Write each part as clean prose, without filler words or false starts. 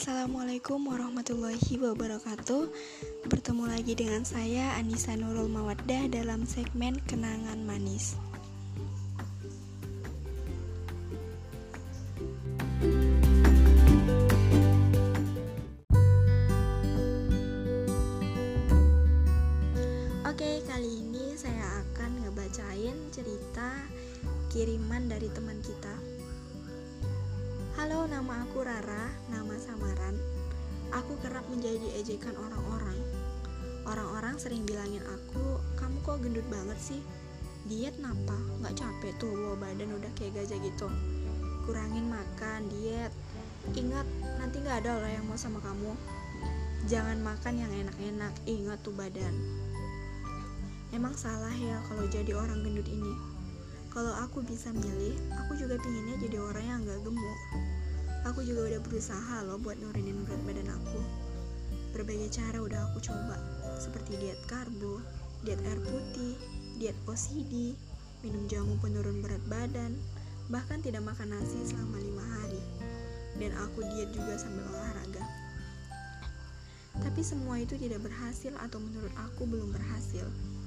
Assalamualaikum warahmatullahi wabarakatuh. Bertemu lagi dengan saya Anissa Nurul Mawaddah dalam segmen Kenangan Manis. Oke, kali ini saya akan ngebacain cerita kiriman dari teman kita. Halo, nama aku Rara, nama samaran. Aku kerap menjadi ejekan orang-orang. Orang-orang sering bilangin aku, kamu kok gendut banget sih? Diet napa? Gak capek tuh bawa badan udah kayak gajah gitu. Kurangin makan, diet. Ingat, nanti gak ada orang yang mau sama kamu. Jangan makan yang enak-enak, ingat tuh badan. Emang salah ya kalau jadi orang gendut ini? Kalau aku bisa milih, aku juga pinginnya jadi orang yang gak gemuk. Aku juga udah berusaha loh buat nurunin berat badan aku. Berbagai cara udah aku coba, seperti diet karbo, diet air putih, diet OCD, minum jamu penurun berat badan, bahkan tidak makan nasi selama 5 hari. Dan aku diet juga sambil olahraga. Tapi semua itu tidak berhasil, atau menurut aku belum berhasil.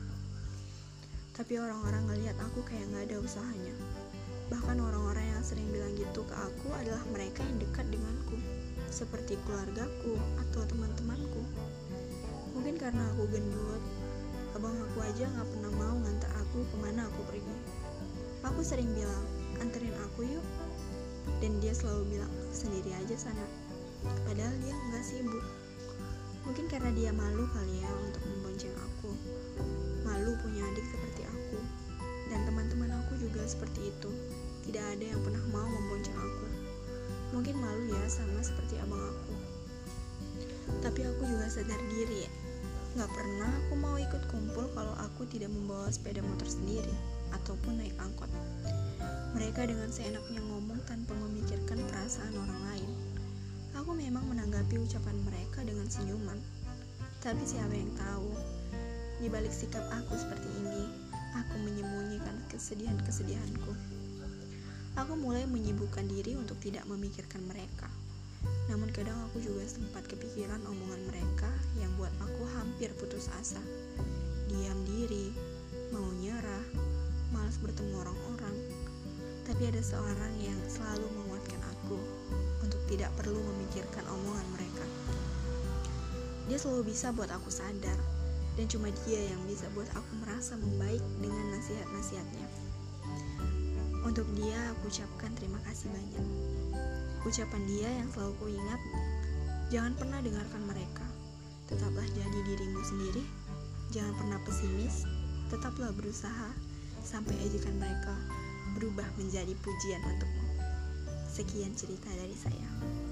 Tapi orang-orang ngelihat aku kayak gak ada usahanya. Bahkan orang-orang yang sering bilang gitu ke aku adalah mereka yang dekat denganku, seperti keluargaku atau teman-temanku. Mungkin karena aku gendut, abang aku aja gak pernah mau ngantar aku kemana aku pergi. Aku sering bilang, anterin aku yuk. Dan dia selalu bilang, sendiri aja sana. Padahal dia gak sibuk. Mungkin karena dia malu kali ya untuk membonceng aku. Malu punya adik seperti aku. Dan teman-teman aku juga seperti itu. Tidak ada yang pernah mau membonceng aku. Mungkin malu ya, sama seperti abang aku. Tapi aku juga sadar diri, gak pernah aku mau ikut kumpul kalau aku tidak membawa sepeda motor sendiri ataupun naik angkot. Mereka dengan seenaknya ngomong tanpa memikirkan perasaan orang lain. Aku memang menanggapi ucapan mereka dengan senyuman. Tapi siapa yang tahu, di balik sikap aku seperti ini, aku menyembunyikan kesedihan-kesedihanku. Aku mulai menyibukkan diri untuk tidak memikirkan mereka. Namun kadang aku juga sempat kepikiran omongan mereka yang buat aku hampir putus asa. Diam diri, mau nyerah, malas bertemu orang-orang. Tapi ada seorang yang selalu menguatkan aku untuk tidak perlu memikirkan omongan mereka. Dia selalu bisa buat aku sadar. Dan cuma dia yang bisa buat aku merasa membaik dengan nasihat-nasihatnya. Untuk dia aku ucapkan terima kasih banyak. Ucapan dia yang selalu kuingat, jangan pernah dengarkan mereka. Tetaplah jadi dirimu sendiri. Jangan pernah pesimis. Tetaplah berusaha sampai ejekan mereka berubah menjadi pujian untukmu. Sekian cerita dari saya.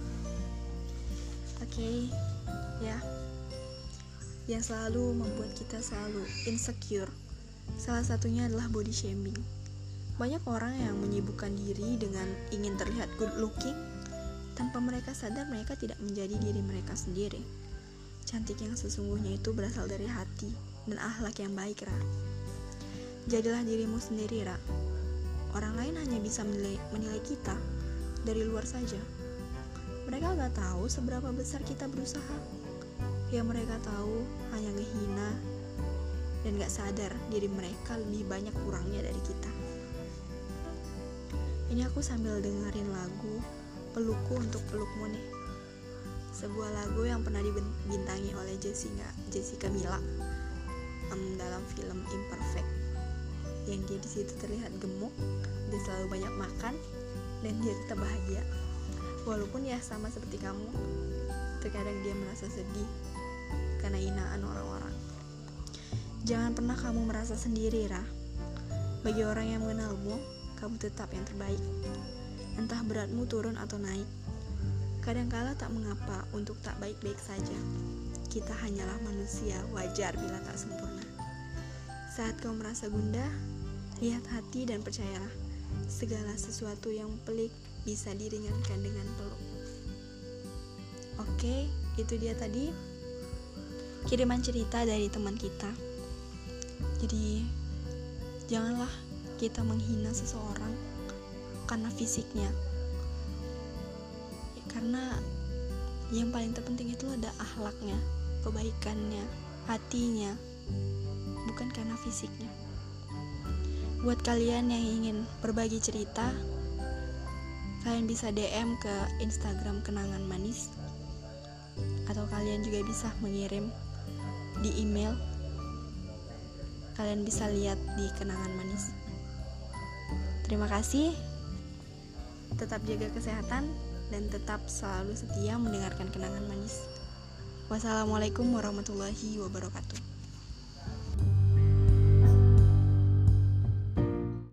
Oke, ya. Yang selalu membuat kita selalu insecure. Salah satunya adalah body shaming. Banyak orang yang menyibukkan diri dengan ingin terlihat good looking, tanpa mereka sadar mereka tidak menjadi diri mereka sendiri. Cantik yang sesungguhnya itu berasal dari hati dan akhlak yang baik, Ra. Jadilah dirimu sendiri, Ra. Orang lain hanya bisa menilai kita dari luar saja. Mereka gak tahu seberapa besar kita berusaha. Yang mereka tahu hanya ngehina dan gak sadar diri mereka lebih banyak kurangnya dari kita. Ini aku sambil dengerin lagu Pelukku Untuk Pelukmu nih. Sebuah lagu yang pernah dibintangi oleh Jessica Mila dalam film Imperfect. Yang dia di situ terlihat gemuk, dia selalu banyak makan, dan dia tetap bahagia. Walaupun ya sama seperti kamu, terkadang dia merasa sedih karena hinaan orang-orang. Jangan pernah kamu merasa sendiri, Ra. Bagi orang yang mengenalmu, kamu tetap yang terbaik. Entah beratmu turun atau naik. Kadangkala tak mengapa untuk tak baik-baik saja. Kita hanyalah manusia, wajar bila tak sempurna. Saat kau merasa gundah, lihat hati dan percayalah, segala sesuatu yang pelik bisa diringankan dengan peluk. Oke, itu dia tadi kiriman cerita dari teman kita. Jadi janganlah kita menghina seseorang karena fisiknya, karena Yang paling terpenting itu ada akhlaknya, kebaikannya, hatinya, bukan karena fisiknya. Buat kalian yang ingin berbagi cerita, kalian bisa DM ke Instagram Kenangan Manis, atau kalian juga bisa mengirim di email. Kalian bisa lihat di Kenangan Manis. Terima kasih. Tetap jaga kesehatan dan tetap selalu setia mendengarkan Kenangan Manis. Wassalamualaikum warahmatullahi wabarakatuh.